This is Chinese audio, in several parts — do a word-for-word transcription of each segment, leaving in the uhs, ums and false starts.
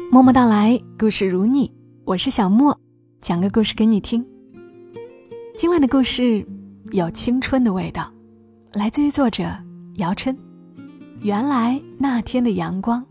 默默到来，故事如你，我是小莫，讲个故事给你听。今晚的故事有青春的味道，来自于作者姚琛。原来那天的阳光。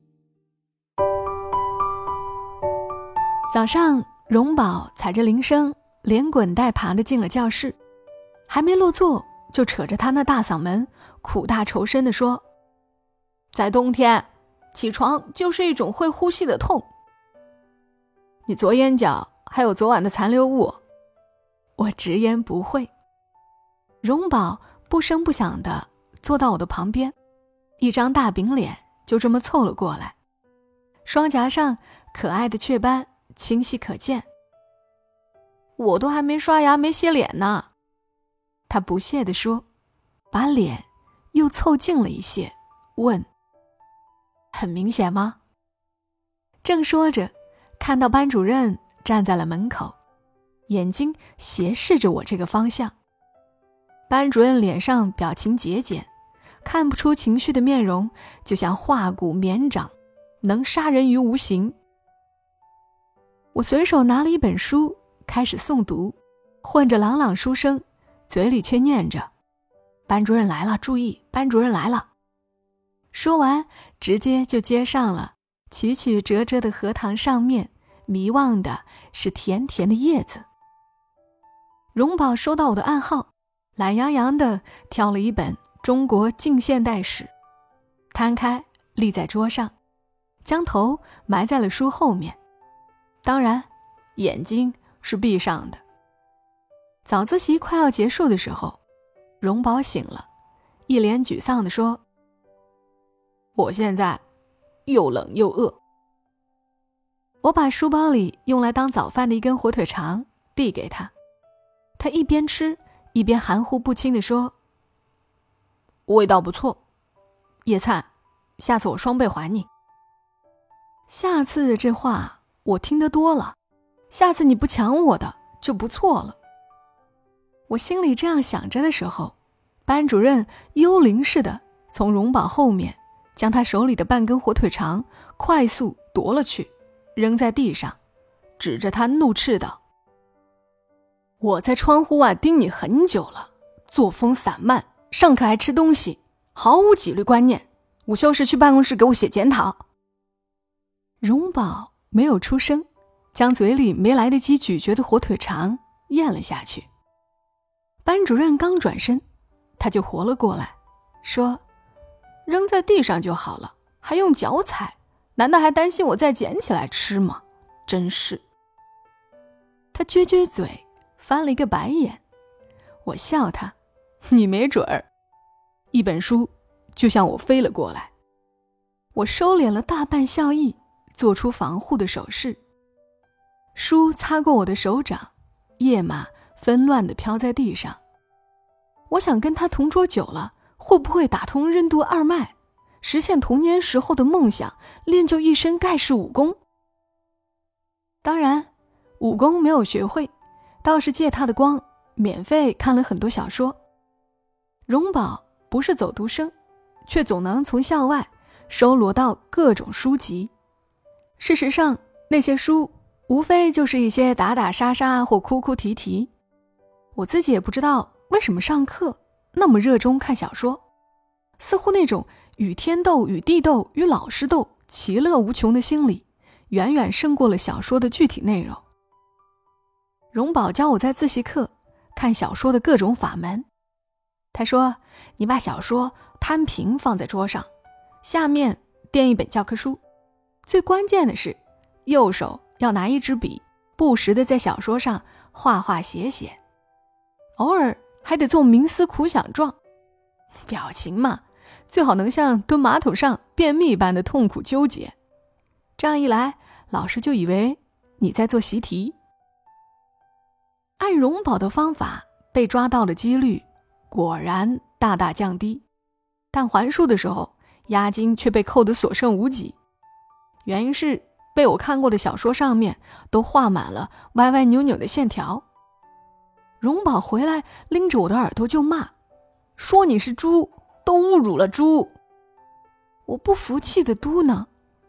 早上，荣宝踩着铃声连滚带爬地进了教室，还没落座就扯着他那大嗓门苦大仇深地说，在冬天起床就是一种会呼吸的痛，你左眼角还有昨晚的残留物。我直言不讳。荣宝不声不响地坐到我的旁边，一张大饼脸就这么凑了过来，双颊上可爱的雀斑清晰可见。我都还没刷牙没洗脸呢，他不屑地说，把脸又凑近了一些，问，很明显吗？正说着，看到班主任站在了门口，眼睛斜视着我这个方向。班主任脸上表情节俭，看不出情绪的面容就像化骨绵掌，能杀人于无形。我随手拿了一本书开始诵读，混着朗朗书声，嘴里却念着，班主任来了，注意，班主任来了。说完直接就接上了，曲曲折折的荷塘上面迷望的是甜甜的叶子。荣宝收到我的暗号，懒洋洋地挑了一本《中国近现代史》，摊开立在桌上，将头埋在了书后面，当然眼睛是闭上的。早自习快要结束的时候，荣宝醒了，一脸沮丧地说，我现在又冷又饿。我把书包里用来当早饭的一根火腿肠递给他，他一边吃一边含糊不清地说，味道不错，叶灿，下次我双倍还你。下次这话我听得多了，下次你不抢我的就不错了。我心里这样想着的时候，班主任幽灵似的从荣宝后面将他手里的半根火腿肠快速夺了去，扔在地上，指着他怒斥道，我在窗户外盯你很久了，作风散漫，上课还吃东西，毫无纪律观念，午休时去办公室给我写检讨。荣宝没有出声，将嘴里没来得及咀嚼的火腿肠咽了下去。班主任刚转身，他就活了过来，说，扔在地上就好了，还用脚踩，难道还担心我再捡起来吃吗？真是。他撅撅嘴，翻了一个白眼。我笑他，你没准儿。一本书就向我飞了过来。我收敛了大半笑意，做出防护的手势。书擦过我的手掌，页码纷乱地飘在地上。我想跟他同桌久了，会不会打通任督二脉，实现童年时候的梦想，练就一身盖世武功？当然，武功没有学会，倒是借他的光，免费看了很多小说。荣宝不是走读生，却总能从校外收罗到各种书籍。事实上，那些书无非就是一些打打杀杀或哭哭啼啼。我自己也不知道为什么上课那么热衷看小说，似乎那种与天斗、与地斗、与老师斗，其乐无穷的心理，远远胜过了小说的具体内容。荣宝教我在自习课看小说的各种法门。他说，你把小说摊平放在桌上，下面垫一本教科书，最关键的是右手要拿一支笔，不时地在小说上画画写写，偶尔还得做冥思苦想状，表情嘛，最好能像蹲马桶上便秘般的痛苦纠结。这样一来，老师就以为你在做习题。按荣宝的方法被抓到的几率果然大大降低，但还书的时候押金却被扣得所剩无几。原因是被我看过的小说上面都画满了歪歪扭扭的线条。荣宝回来拎着我的耳朵就骂，说你是猪，都侮辱了猪。我不服气的嘟囔，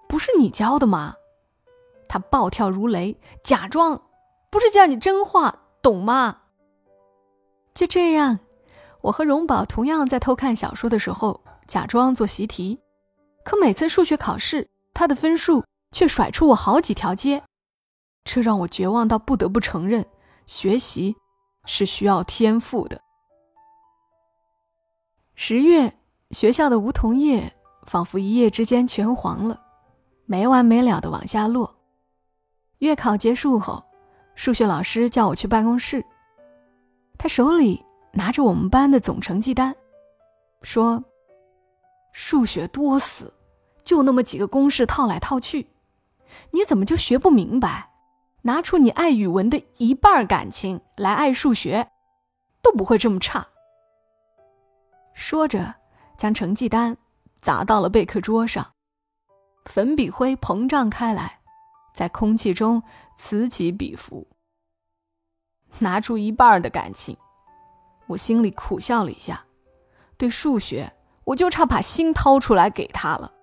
不是你教的吗？他暴跳如雷，假装不是叫你真话，懂吗？就这样，我和荣宝同样在偷看小说的时候假装做习题，可每次数学考试，他的分数却甩出我好几条街，这让我绝望到不得不承认，学习是需要天赋的。十月，学校的梧桐叶仿佛一夜之间全黄了，没完没了地往下落。月考结束后，数学老师叫我去办公室，他手里拿着我们班的总成绩单，说数学多死，就那么几个公式套来套去，你怎么就学不明白？拿出你爱语文的一半感情来爱数学，都不会这么差。说着，将成绩单砸到了备课桌上，粉笔灰膨胀开来，在空气中此起彼伏。拿出一半的感情，我心里苦笑了一下，对数学我就差把心掏出来给他了。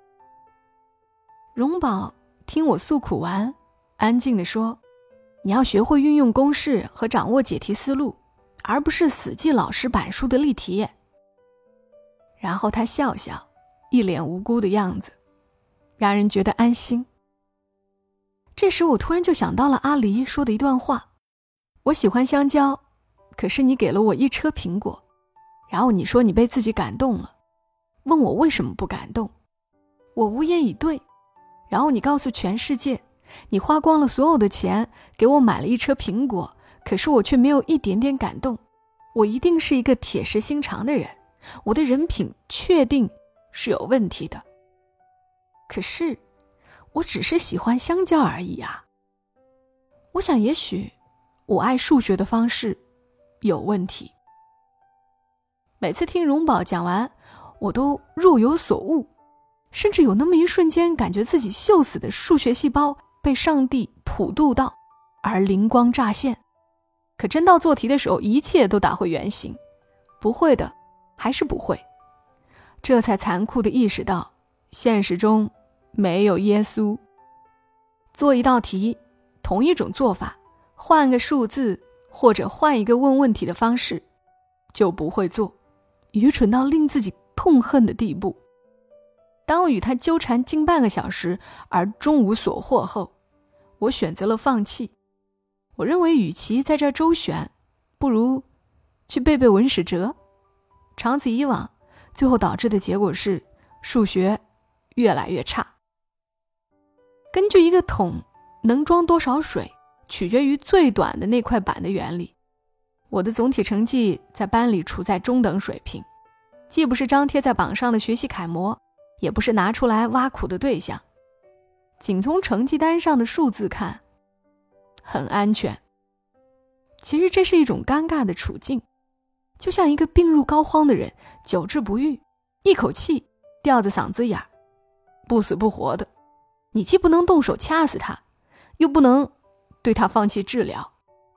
荣宝听我诉苦完，安静地说，你要学会运用公式和掌握解题思路，而不是死记老师板书的例题。然后他笑笑，一脸无辜的样子，让人觉得安心。这时我突然就想到了阿狸说的一段话，我喜欢香蕉，可是你给了我一车苹果，然后你说你被自己感动了，问我为什么不感动，我无言以对，然后你告诉全世界，你花光了所有的钱给我买了一车苹果，可是我却没有一点点感动，我一定是一个铁石心肠的人，我的人品确定是有问题的。可是我只是喜欢香蕉而已啊。我想也许我爱数学的方式有问题。每次听荣宝讲完，我都若有所悟，甚至有那么一瞬间感觉自己锈死的数学细胞被上帝普渡到，而灵光乍现。可真到做题的时候，一切都打回原形，不会的还是不会。这才残酷地意识到，现实中没有耶稣。做一道题，同一种做法，换个数字或者换一个问问题的方式，就不会做，愚蠢到令自己痛恨的地步。当我与他纠缠近半个小时而终无所获后，我选择了放弃。我认为与其在这周旋，不如去背背文史哲。长此以往，最后导致的结果是数学越来越差。根据一个桶能装多少水，取决于最短的那块板的原理。我的总体成绩在班里处在中等水平，既不是张贴在榜上的学习楷模，也不是拿出来挖苦的对象。仅从成绩单上的数字看，很安全。其实这是一种尴尬的处境，就像一个病入膏肓的人久治不愈，一口气吊在嗓子眼儿，不死不活的。你既不能动手掐死他，又不能对他放弃治疗。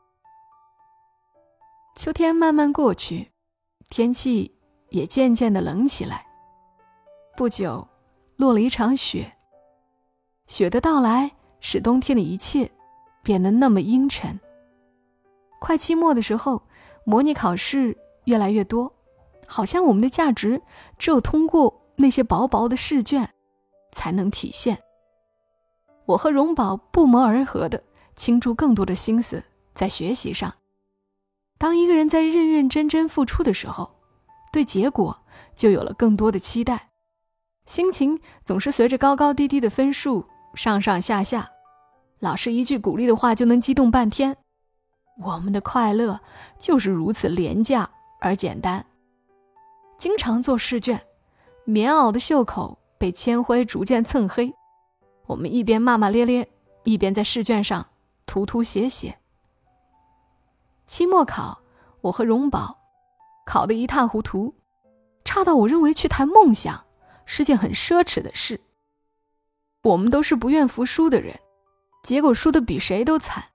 秋天慢慢过去，天气也渐渐地冷起来。不久，落了一场雪。雪的到来使冬天的一切变得那么阴沉。快期末的时候，模拟考试越来越多，好像我们的价值只有通过那些薄薄的试卷才能体现。我和荣宝不谋而合地倾注更多的心思在学习上。当一个人在认认真真付出的时候，对结果就有了更多的期待，心情总是随着高高低低的分数上上下下，老师一句鼓励的话就能激动半天。我们的快乐就是如此廉价而简单。经常做试卷，棉袄的袖口被铅灰逐渐蹭黑，我们一边骂骂咧咧，一边在试卷上涂涂写写。期末考，我和荣宝考得一塌糊涂，差到我认为去谈梦想是件很奢侈的事。我们都是不愿服输的人，结果输得比谁都惨。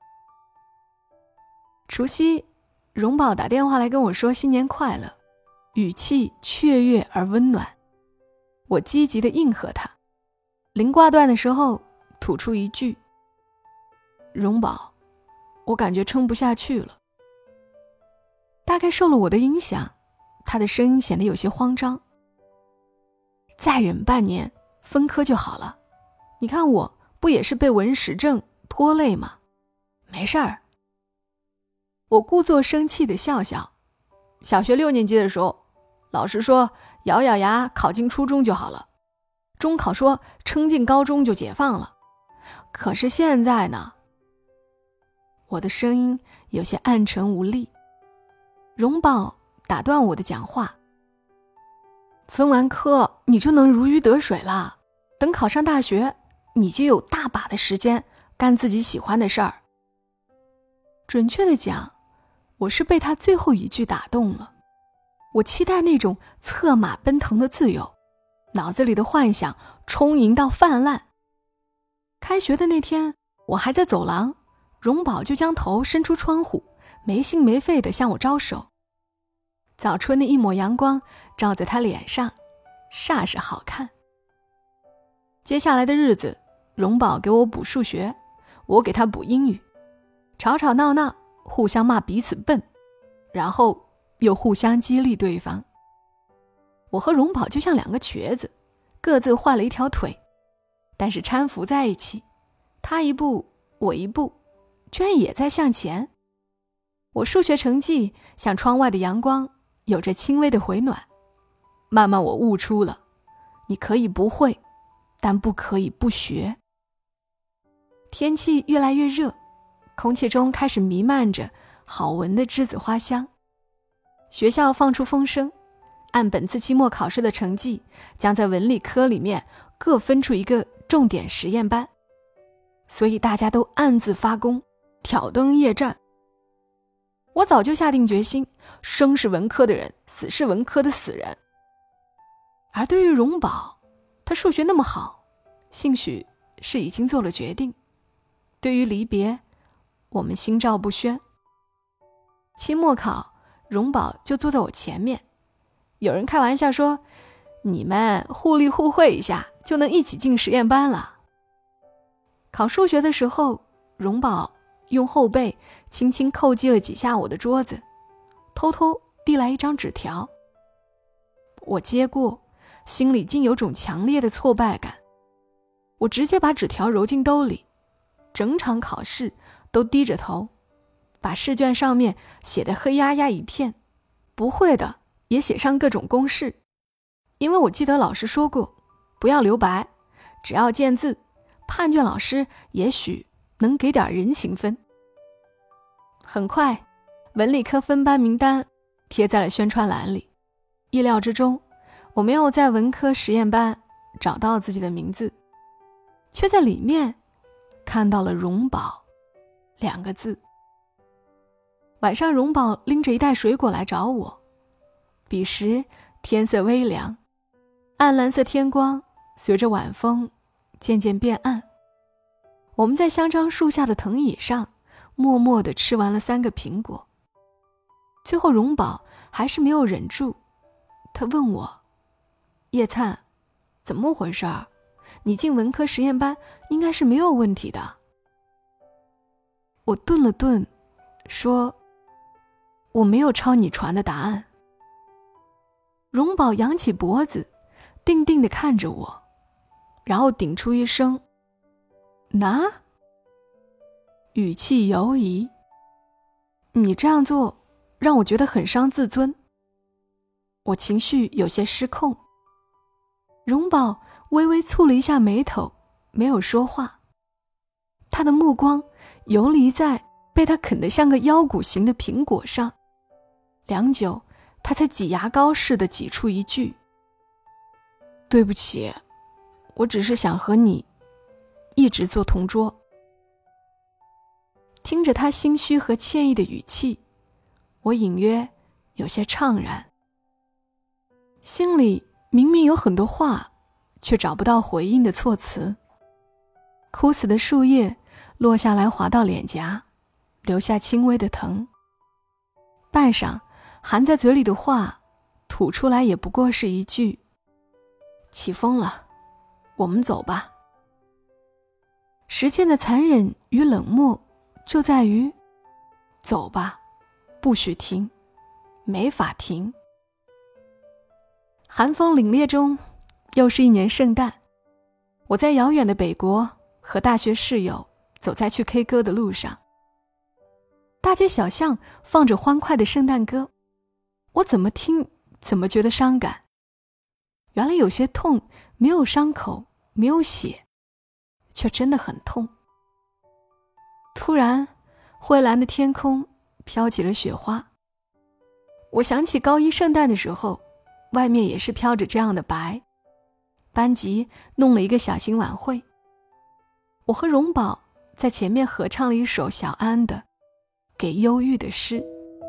除夕，荣宝打电话来跟我说新年快乐，语气雀跃而温暖。我积极地应和他， 临挂断的时候吐出一句：荣宝，我感觉撑不下去了。大概受了我的影响，他的声音显得有些慌张。再忍半年，分科就好了。你看我不也是被文史症拖累吗？没事儿。我故作生气地笑笑。小学六年级的时候，老师说咬咬牙考进初中就好了，中考说撑进高中就解放了。可是现在呢？我的声音有些暗沉无力。荣宝打断我的讲话：分完科你就能如鱼得水了，等考上大学你就有大把的时间干自己喜欢的事儿。准确的讲，我是被他最后一句打动了。我期待那种策马奔腾的自由，脑子里的幻想充盈到泛滥。开学的那天，我还在走廊，荣宝就将头伸出窗户，没心没肺地向我招手。早春的一抹阳光照在他脸上，煞是好看。接下来的日子，荣宝给我补数学，我给他补英语，吵吵闹闹，互相骂彼此笨，然后又互相激励对方。我和荣宝就像两个瘸子，各自换了一条腿，但是搀扶在一起，他一步我一步，居然也在向前。我数学成绩像窗外的阳光，有着轻微的回暖。慢慢我悟出了，你可以不会，但不可以不学。天气越来越热，空气中开始弥漫着好闻的栀子花香。学校放出风声，按本次期末考试的成绩，将在文理科里面各分出一个重点实验班，所以大家都暗自发功，挑灯夜战。我早就下定决心，生是文科的人，死是文科的死人。而对于荣宝，他数学那么好，兴许是已经做了决定。对于离别，我们心照不宣。期末考，荣宝就坐在我前面。有人开玩笑说，你们互利互惠一下，就能一起进实验班了。考数学的时候，荣宝用后背轻轻叩击了几下我的桌子，偷偷递来一张纸条。我接过，心里竟有种强烈的挫败感。我直接把纸条揉进兜里，整场考试都低着头，把试卷上面写得黑压压一片，不会的也写上各种公式。因为我记得老师说过，不要留白，只要见字，判卷老师也许能给点人情分。很快，文理科分班名单贴在了宣传栏里。意料之中，我没有在文科实验班找到自己的名字，却在里面看到了荣宝两个字。晚上，荣宝拎着一袋水果来找我。彼时天色微凉，暗蓝色天光随着晚风渐渐变暗。我们在香樟树下的藤椅上默默地吃完了三个苹果。最后荣宝还是没有忍住，他问我，叶灿，怎么回事儿？你进文科实验班应该是没有问题的。我顿了顿，说，我没有抄你传的答案。荣宝扬起脖子，定定地看着我，然后顶出一声，拿？语气犹疑。你这样做让我觉得很伤自尊。我情绪有些失控。荣宝微微蹙了一下眉头，没有说话。他的目光游离在被他啃得像个腰鼓形的苹果上，良久，他才挤牙膏似的挤出一句，对不起，我只是想和你一直做同桌。听着他心虚和歉意的语气，我隐约有些怅然，心里明明有很多话，却找不到回应的措辞。枯死的树叶落下来滑到脸颊，留下轻微的疼。半晌，含在嘴里的话吐出来也不过是一句，起风了，我们走吧。 时间的残忍与冷漠就在于，走吧，不许停，没法停。寒风凛冽中，又是一年圣诞，我在遥远的北国和大学室友走在去 K 歌的路上，大街小巷放着欢快的圣诞歌，我怎么听怎么觉得伤感。原来有些痛没有伤口，没有血，却真的很痛。突然，灰蓝的天空飘起了雪花。我想起高一圣诞的时候，外面也是飘着这样的白。班级弄了一个小型晚会，我和荣宝在前面合唱了一首小安的《给忧郁的诗》。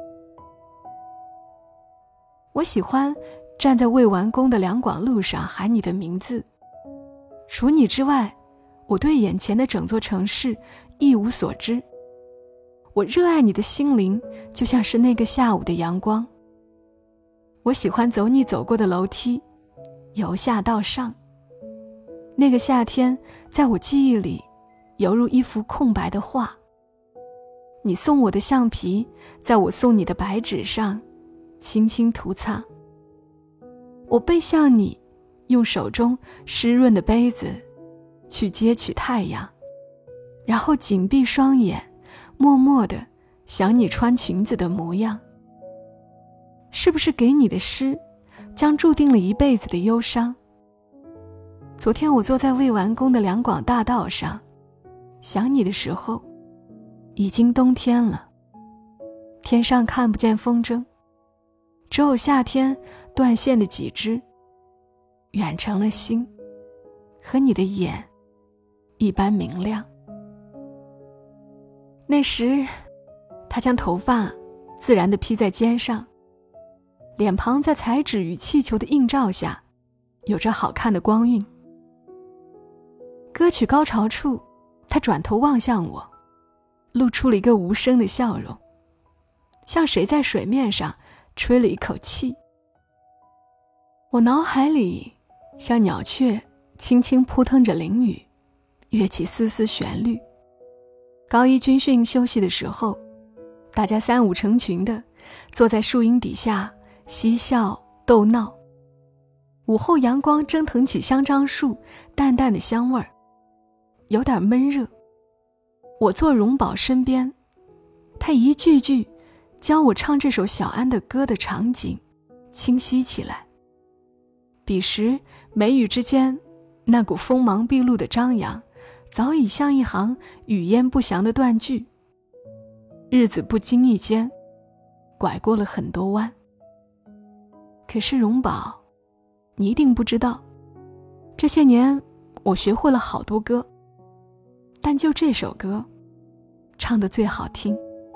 我喜欢站在未完工的两广路上喊你的名字，除你之外，我对眼前的整座城市一无所知。我热爱你的心灵，就像是那个下午的阳光。我喜欢走你走过的楼梯，由下到上。那个夏天，在我记忆里，犹如一幅空白的画。你送我的橡皮，在我送你的白纸上，轻轻涂擦。我背向你，用手中湿润的杯子，去接取太阳，然后紧闭双眼，默默地想你穿裙子的模样。是不是给你的诗，将注定了一辈子的忧伤？昨天我坐在未完工的两广大道上，想你的时候，已经冬天了，天上看不见风筝，只有夏天断线的几只，远成了星，和你的眼一般明亮。那时，他将头发自然地披在肩上，脸庞在彩纸与气球的映照下，有着好看的光晕。歌曲高潮处，他转头望向我，露出了一个无声的笑容，像谁在水面上吹了一口气。我脑海里像鸟雀轻轻扑腾着淋雨，跃起丝丝旋律。高一军训休息的时候，大家三五成群的坐在树荫底下嬉笑逗闹。午后阳光蒸腾起香樟树淡淡的香味儿，有点闷热。我坐荣宝身边，他一句句教我唱这首小安的歌的场景清晰起来。彼时眉宇之间那股锋芒毕露的张扬，早已像一行语焉不详的断句。日子不经意间拐过了很多弯。可是荣宝，你一定不知道，这些年我学会了好多歌，但就这首歌唱得最好听。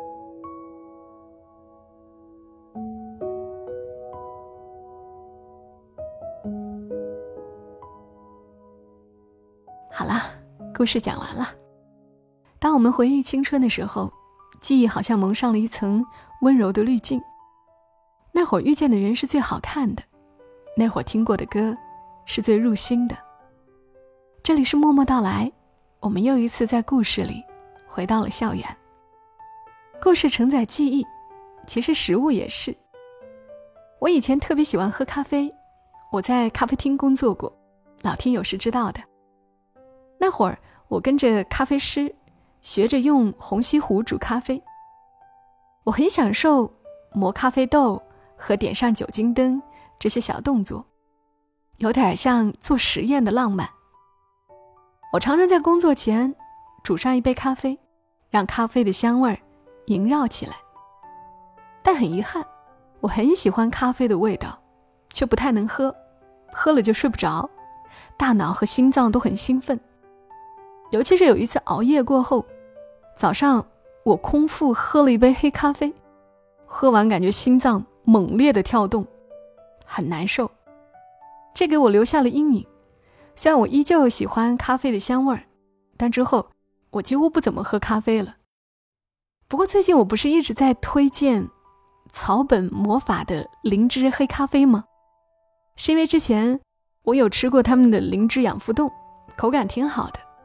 好啦，故事讲完了。当我们回忆青春的时候，记忆好像蒙上了一层温柔的滤镜。那会儿遇见的人是最好看的，那会儿听过的歌是最入心的。这里是默默到来，我们又一次在故事里回到了校园。故事承载记忆，其实食物也是。我以前特别喜欢喝咖啡，我在咖啡厅工作过，老听友是知道的。那会儿我跟着咖啡师学着用虹吸壶煮咖啡，我很享受磨咖啡豆和点上酒精灯这些小动作，有点像做实验的浪漫。我常常在工作前煮上一杯咖啡，让咖啡的香味萦绕起来。但很遗憾，我很喜欢咖啡的味道，却不太能喝，喝了就睡不着，大脑和心脏都很兴奋。尤其是有一次熬夜过后，早上我空腹喝了一杯黑咖啡，喝完感觉心脏猛烈的跳动，很难受。这给我留下了阴影。虽然我依旧喜欢咖啡的香味儿，但之后我几乎不怎么喝咖啡了。不过最近我不是一直在推荐草本魔法的灵芝黑咖啡吗？是因为之前我有吃过他们的灵芝养肤冻，口感挺好的。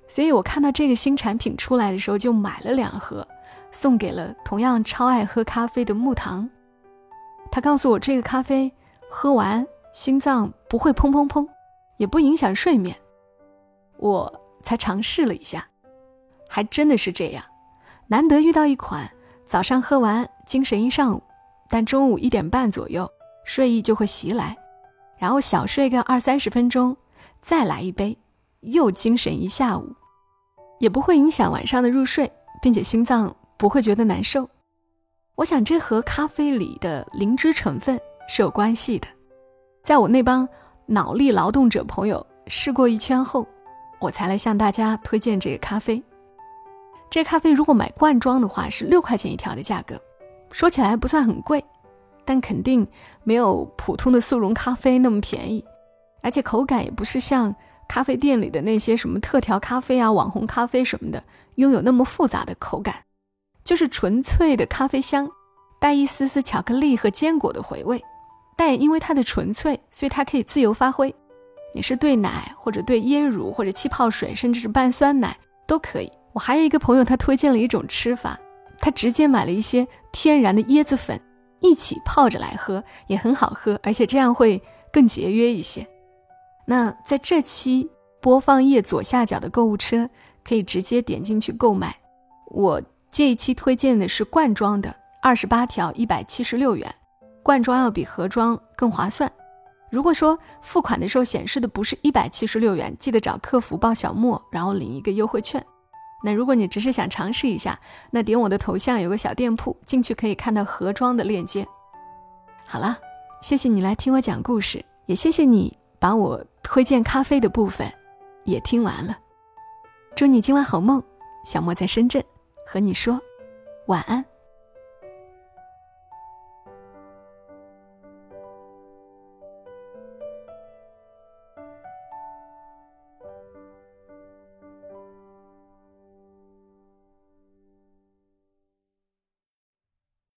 所以我看到这个新产品出来的时候就买了两盒，送给了同样超爱喝咖啡的木糖。他告诉我这个咖啡喝完心脏不会砰砰砰，也不影响睡眠。我才尝试了一下，还真的是这样。难得遇到一款早上喝完精神一上午，但中午一点半左右睡意就会袭来，然后小睡个二三十分钟，再来一杯，又精神一下午，也不会影响晚上的入睡，并且心脏不会觉得难受。我想这和咖啡里的灵芝成分是有关系的。在我那帮脑力劳动者朋友试过一圈后，我才来向大家推荐这个咖啡。这个咖啡如果买罐装的话是六块钱一条的价格，说起来不算很贵，但肯定没有普通的速溶咖啡那么便宜，而且口感也不是像咖啡店里的那些什么特调咖啡啊、网红咖啡什么的拥有那么复杂的口感，就是纯粹的咖啡香，带一丝丝巧克力和坚果的回味。但也因为它的纯粹，所以它可以自由发挥，你是兑奶或者兑椰乳或者气泡水，甚至是半酸奶都可以。我还有一个朋友，他推荐了一种吃法，他直接买了一些天然的椰子粉一起泡着来喝，也很好喝，而且这样会更节约一些。那在这期播放页左下角的购物车可以直接点进去购买。我这一期推荐的是罐装的，二十八条一百七十六元，罐装要比盒装更划算。如果说付款的时候显示的不是一百七十六元，记得找客服报小莫，然后领一个优惠券。那如果你只是想尝试一下，那点我的头像有个小店铺，进去可以看到盒装的链接。好了，谢谢你来听我讲故事，也谢谢你把我推荐咖啡的部分也听完了。祝你今晚好梦，小莫在深圳和你说晚安。